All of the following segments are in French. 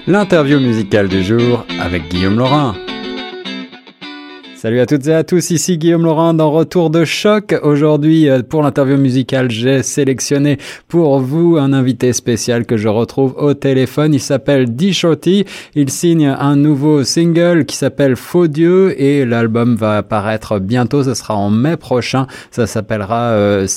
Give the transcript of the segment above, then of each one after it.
l'interview musicale du jour avec Guillaume Laurin. Salut à toutes et à tous, ici Guillaume Laurin dans Retour de Choc. Aujourd'hui, pour l'interview musicale, j'ai sélectionné pour vous un invité spécial que je retrouve au téléphone. Il s'appelle D-Shorty. Il signe un nouveau single qui s'appelle Faux Dieu et l'album va apparaître bientôt. Ce sera en mai prochain. Ça s'appellera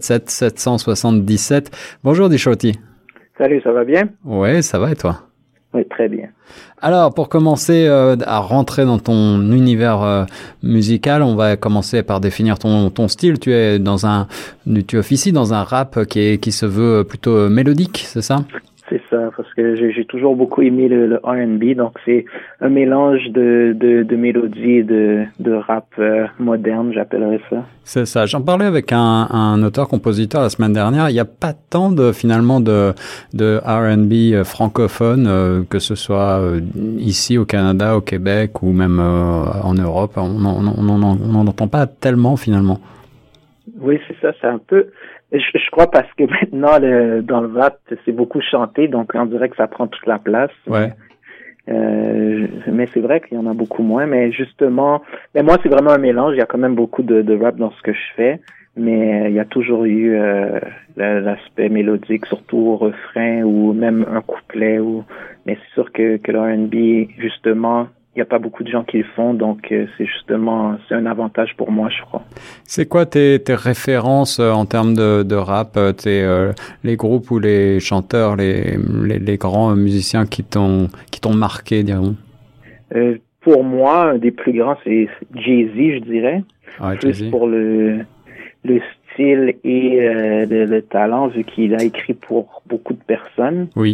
777. Bonjour D-Shorty. Salut, ça va bien? Ouais, ça va et toi? Oui, très bien. Alors, pour commencer à rentrer dans ton univers musical, on va commencer par définir ton style. Tu officies dans un rap qui se veut plutôt mélodique, c'est ça? C'est ça, parce que j'ai toujours beaucoup aimé le R&B, donc c'est un mélange de mélodie et de rap moderne, j'appellerais ça. C'est ça. J'en parlais avec un auteur-compositeur la semaine dernière. Il n'y a pas tant finalement de R&B francophone, que ce soit ici au Canada, au Québec ou même en Europe. On n'en entend pas tellement finalement. Oui, c'est ça. C'est un peu... Je crois parce que maintenant, dans le rap, c'est beaucoup chanté, donc on dirait que ça prend toute la place. Ouais. Mais c'est vrai qu'il y en a beaucoup moins. Mais justement, moi, c'est vraiment un mélange. Il y a quand même beaucoup de rap dans ce que je fais. Mais il y a toujours eu l'aspect mélodique, surtout au refrain ou même un couplet. Mais c'est sûr que le R&B, justement, il n'y a pas beaucoup de gens qui le font, donc c'est un avantage pour moi, je crois. C'est quoi tes références en termes de rap, les groupes ou les chanteurs, les grands musiciens qui t'ont marqué, dirons? Pour moi, un des plus grands, c'est Jay-Z, je dirais. Ouais, plus Jay-Z. Pour le style et le talent, vu qu'il a écrit pour beaucoup de personnes. Oui.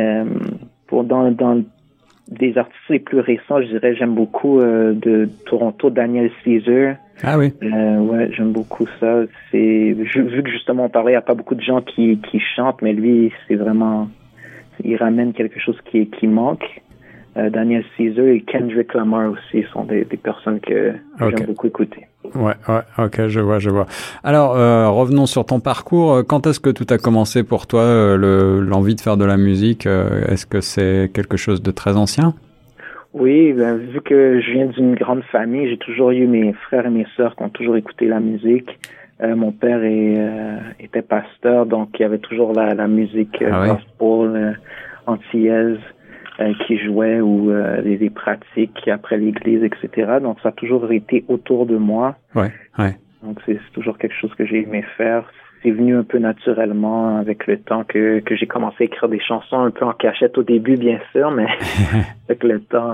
Dans des artistes les plus récents, je dirais, j'aime beaucoup de Toronto, Daniel Caesar. Ah oui. Ouais, j'aime beaucoup ça. Vu que justement on parlait, il n'y a pas beaucoup de gens qui chantent, mais lui, c'est vraiment, il ramène quelque chose qui manque. Daniel Caesar et Kendrick Lamar aussi sont des personnes que j'aime beaucoup écouter. Ouais, ok, je vois. Alors, revenons sur ton parcours. Quand est-ce que tout a commencé pour toi, l'envie de faire de la musique? Est-ce que c'est quelque chose de très ancien? Oui, vu que je viens d'une grande famille, j'ai toujours eu mes frères et mes sœurs qui ont toujours écouté la musique. Mon père était pasteur, donc il y avait toujours la musique gospel, antillaise qui jouait ou des pratiques après l'église, etc. Donc ça a toujours été autour de moi. Ouais. Donc c'est toujours quelque chose que j'ai aimé faire. C'est venu un peu naturellement avec le temps que j'ai commencé à écrire des chansons un peu en cachette au début, bien sûr, mais avec le temps...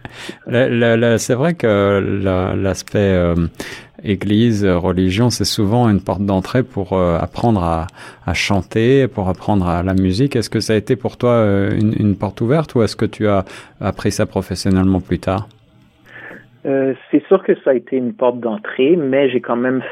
c'est vrai que l'aspect église, religion, c'est souvent une porte d'entrée pour apprendre à chanter, pour apprendre à la musique. Est-ce que ça a été pour toi une porte ouverte ou est-ce que tu as appris ça professionnellement plus tard? C'est sûr que ça a été une porte d'entrée, mais j'ai quand même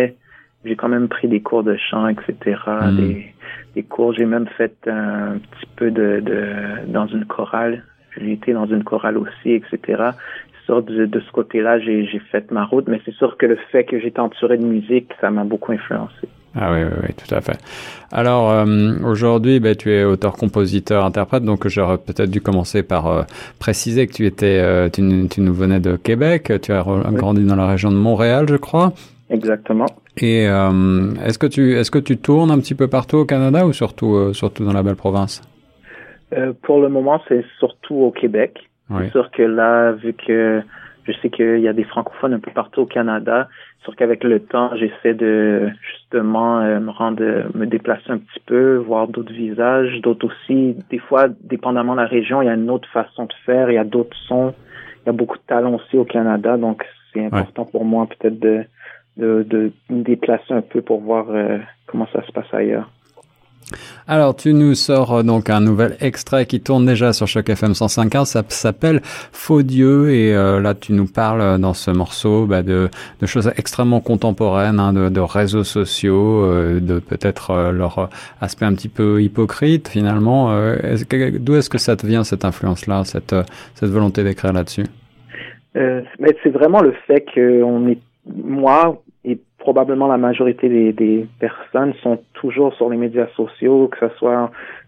pris des cours de chant, etc. Des cours. J'ai même fait un petit peu dans une chorale. J'ai été dans une chorale aussi, etc. De ce côté-là, j'ai fait ma route, mais c'est sûr que le fait que j'étais entouré de musique, ça m'a beaucoup influencé. Ah oui, tout à fait. Alors, aujourd'hui, tu es auteur, compositeur, interprète, donc j'aurais peut-être dû commencer par préciser que tu nous venais de Québec, tu as grandi dans la région de Montréal, je crois. Exactement. Et est-ce que tu tournes un petit peu partout au Canada ou surtout dans la belle province? Pour le moment, c'est surtout au Québec. Oui. C'est sûr que là, vu que je sais qu'il y a des francophones un peu partout au Canada, c'est sûr qu'avec le temps, j'essaie de justement me déplacer un petit peu, voir d'autres visages, d'autres aussi. Des fois, dépendamment de la région, il y a une autre façon de faire, il y a d'autres sons, il y a beaucoup de talents aussi au Canada, donc c'est important pour moi peut-être de me déplacer un peu pour voir comment ça se passe ailleurs. Alors, tu nous sors donc un nouvel extrait qui tourne déjà sur Choc FM 105.1, ça s'appelle Faux Dieu, et là tu nous parles dans ce morceau de choses extrêmement contemporaines, de réseaux sociaux, de peut-être leur aspect un petit peu hypocrite finalement. D'où est-ce que ça te vient cette influence-là, cette volonté d'écrire là-dessus? Mais c'est vraiment le fait que moi et probablement la majorité des personnes sont toujours sur les médias sociaux, que ce soit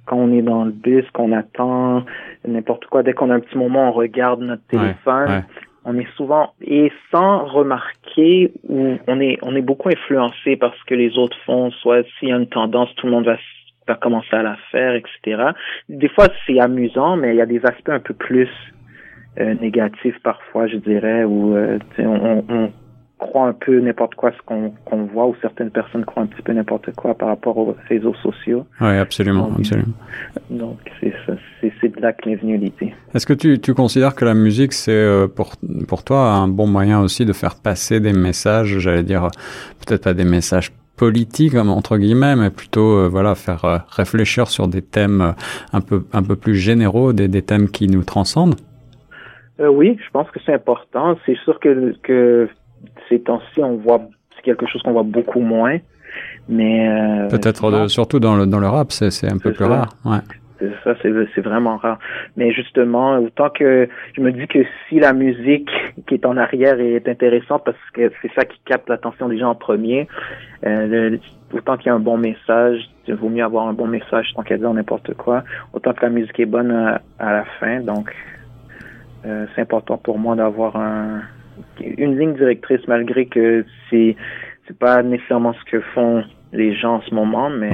quand on est dans le bus, qu'on attend n'importe quoi, dès qu'on a un petit moment, on regarde notre téléphone. Ouais. On est souvent, et sans remarquer, où on est beaucoup influencé par ce que les autres font, soit s'il y a une tendance, tout le monde va commencer à la faire, etc. Des fois, c'est amusant, mais il y a des aspects un peu plus négatifs parfois, je dirais, où on croit un peu n'importe quoi ce qu'on voit, ou certaines personnes croient un petit peu n'importe quoi par rapport aux réseaux sociaux. Oui, absolument, absolument. Donc, c'est ça, c'est de là que m'est venue l'idée. Est-ce que tu considères que la musique, c'est pour toi un bon moyen aussi de faire passer des messages, j'allais dire, peut-être pas des messages politiques, entre guillemets, mais plutôt, faire réfléchir sur des thèmes un peu plus généraux, des thèmes qui nous transcendent? Oui, je pense que c'est important. C'est sûr que ces temps-ci, c'est quelque chose qu'on voit beaucoup moins, mais peut-être surtout dans le rap, c'est un peu plus rare. Ouais. C'est ça, c'est vraiment rare. Mais justement, autant que je me dis que si la musique qui est en arrière est intéressante, parce que c'est ça qui capte l'attention des gens en premier, autant qu'il y a un bon message, il vaut mieux avoir un bon message tant qu'à dire n'importe quoi, autant que la musique est bonne à la fin. Donc, c'est important pour moi d'avoir une ligne directrice, malgré que c'est pas nécessairement ce que font les gens en ce moment, mais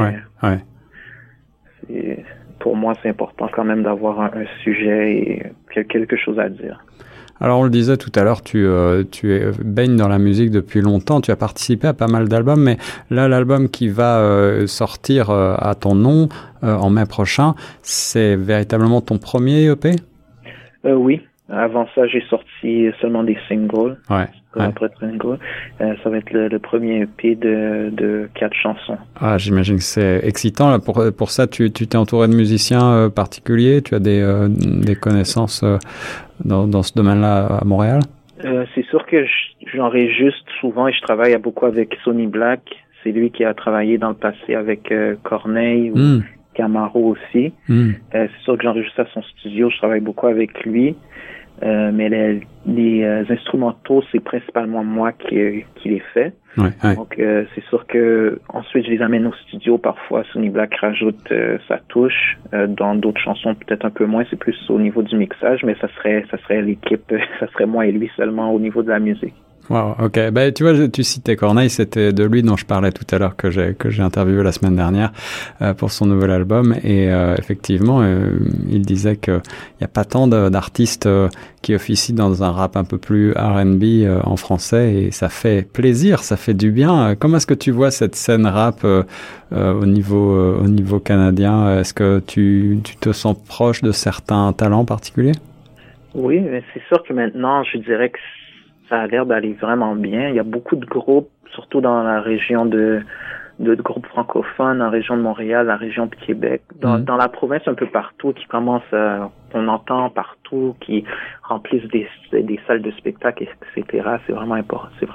pour moi, c'est important quand même d'avoir un sujet et quelque chose à dire. Alors, on le disait tout à l'heure, tu baignes dans la musique depuis longtemps, tu as participé à pas mal d'albums, mais là, l'album qui va sortir à ton nom en mai prochain, c'est véritablement ton premier EP? Oui. Avant ça, j'ai sorti seulement des singles. Après single, ça va être le premier EP de 4 chansons. Ah, j'imagine que c'est excitant. Là, pour ça, tu t'es entouré de musiciens particuliers? Tu as des connaissances dans ce domaine-là à Montréal? C'est sûr que j'enregistre souvent et je travaille beaucoup avec Sonny Black. C'est lui qui a travaillé dans le passé avec Corneille ou Camaro aussi. C'est sûr que j'enregistre à son studio. Je travaille beaucoup avec lui. Mais les instrumentaux, c'est principalement moi qui les fais. Donc, c'est sûr que ensuite je les amène au studio. Parfois, Sonny Black rajoute sa touche. Dans d'autres chansons, peut-être un peu moins. C'est plus au niveau du mixage, mais ça serait l'équipe, ça serait moi et lui seulement au niveau de la musique. Wow, ok. Ben, tu vois, tu citais Corneille, c'était de lui dont je parlais tout à l'heure que j'ai interviewé la semaine dernière pour son nouvel album, et effectivement, il disait que il y a pas tant d'artistes qui officient dans un rap un peu plus R&B en français, et ça fait plaisir, ça fait du bien. Comment est-ce que tu vois cette scène rap au niveau canadien? Est-ce que tu te sens proche de certains talents particuliers? Oui, mais c'est sûr que maintenant, je dirais que ça a l'air d'aller vraiment bien. Il y a beaucoup de groupes, surtout dans la région de groupes francophones, la région de Montréal, la région de Québec, dans la province un peu partout, qui commencent on entend partout, qui remplissent des salles de spectacle, etc. C'est vraiment important. C'est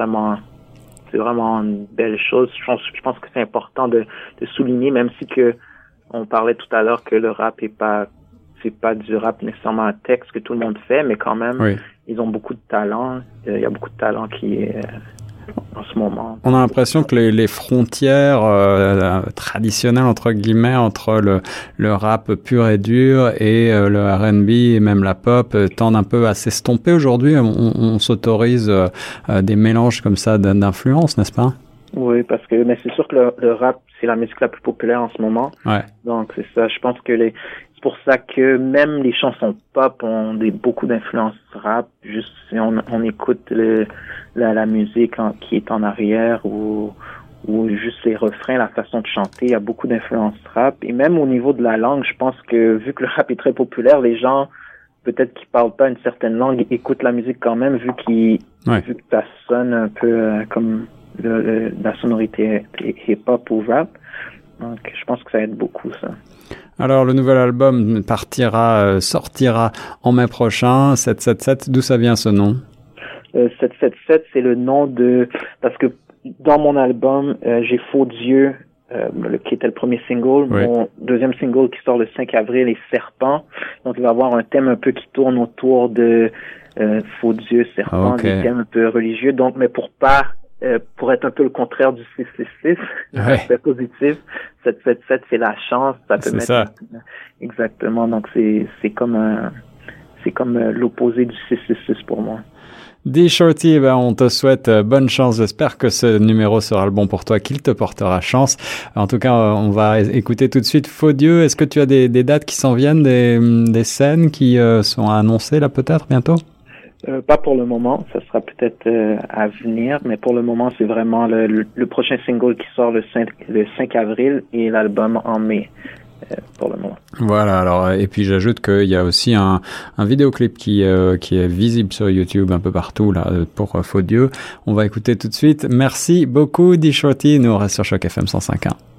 vraiment une belle chose. Je pense que c'est important de souligner, même si que on parlait tout à l'heure que le rap c'est pas du rap nécessairement un texte que tout le monde fait, mais quand même, ils ont beaucoup de talent. Il y a beaucoup de talent qui est en ce moment. On a l'impression que les frontières traditionnelles, entre guillemets, entre le rap pur et dur et le R&B et même la pop tendent un peu à s'estomper aujourd'hui. On s'autorise des mélanges comme ça d'influences, n'est-ce pas? Oui, parce que c'est sûr que le rap, c'est la musique la plus populaire en ce moment. Donc, c'est ça. Je pense que c'est pour ça que même les chansons pop ont beaucoup d'influences rap. Juste si on écoute la musique qui est en arrière ou juste les refrains, la façon de chanter, il y a beaucoup d'influences rap. Et même au niveau de la langue, je pense que vu que le rap est très populaire, les gens, peut-être qu'ils parlent pas une certaine langue, écoutent la musique quand même, vu que ça sonne un peu comme la sonorité hip-hop ou rap. Donc, je pense que ça aide beaucoup, ça. Alors, le nouvel album sortira en mai prochain, 777. D'où ça vient ce nom? 777, c'est le nom parce que dans mon album, j'ai Faux Dieu, qui était le premier single. Mon deuxième single qui sort le 5 avril est Serpent. Donc, il va y avoir un thème un peu qui tourne autour de Faux Dieu, Serpent, des thèmes un peu religieux. Donc, mais pour pas pour être un peu le contraire du 666, l'aspect positif, 777 c'est la chance, ça peut mettre ça. Exactement, donc c'est comme l'opposé du 666 pour moi. D Shorty, on te souhaite bonne chance. J'espère que ce numéro sera le bon pour toi, qu'il te portera chance. En tout cas, on va écouter tout de suite Faux Dieu. Est-ce que tu as des dates qui s'en viennent, des scènes qui sont annoncées là peut-être bientôt? Pas pour le moment, ça sera peut-être à venir, mais pour le moment, c'est vraiment le prochain single qui sort le 5 avril et l'album en mai. Pour le moment. Voilà, alors, et puis j'ajoute qu'il y a aussi un vidéoclip qui est visible sur YouTube un peu partout, là, pour Faux Dieu. On va écouter tout de suite. Merci beaucoup, D Shorty. Nous, on reste sur Choc FM 105.1.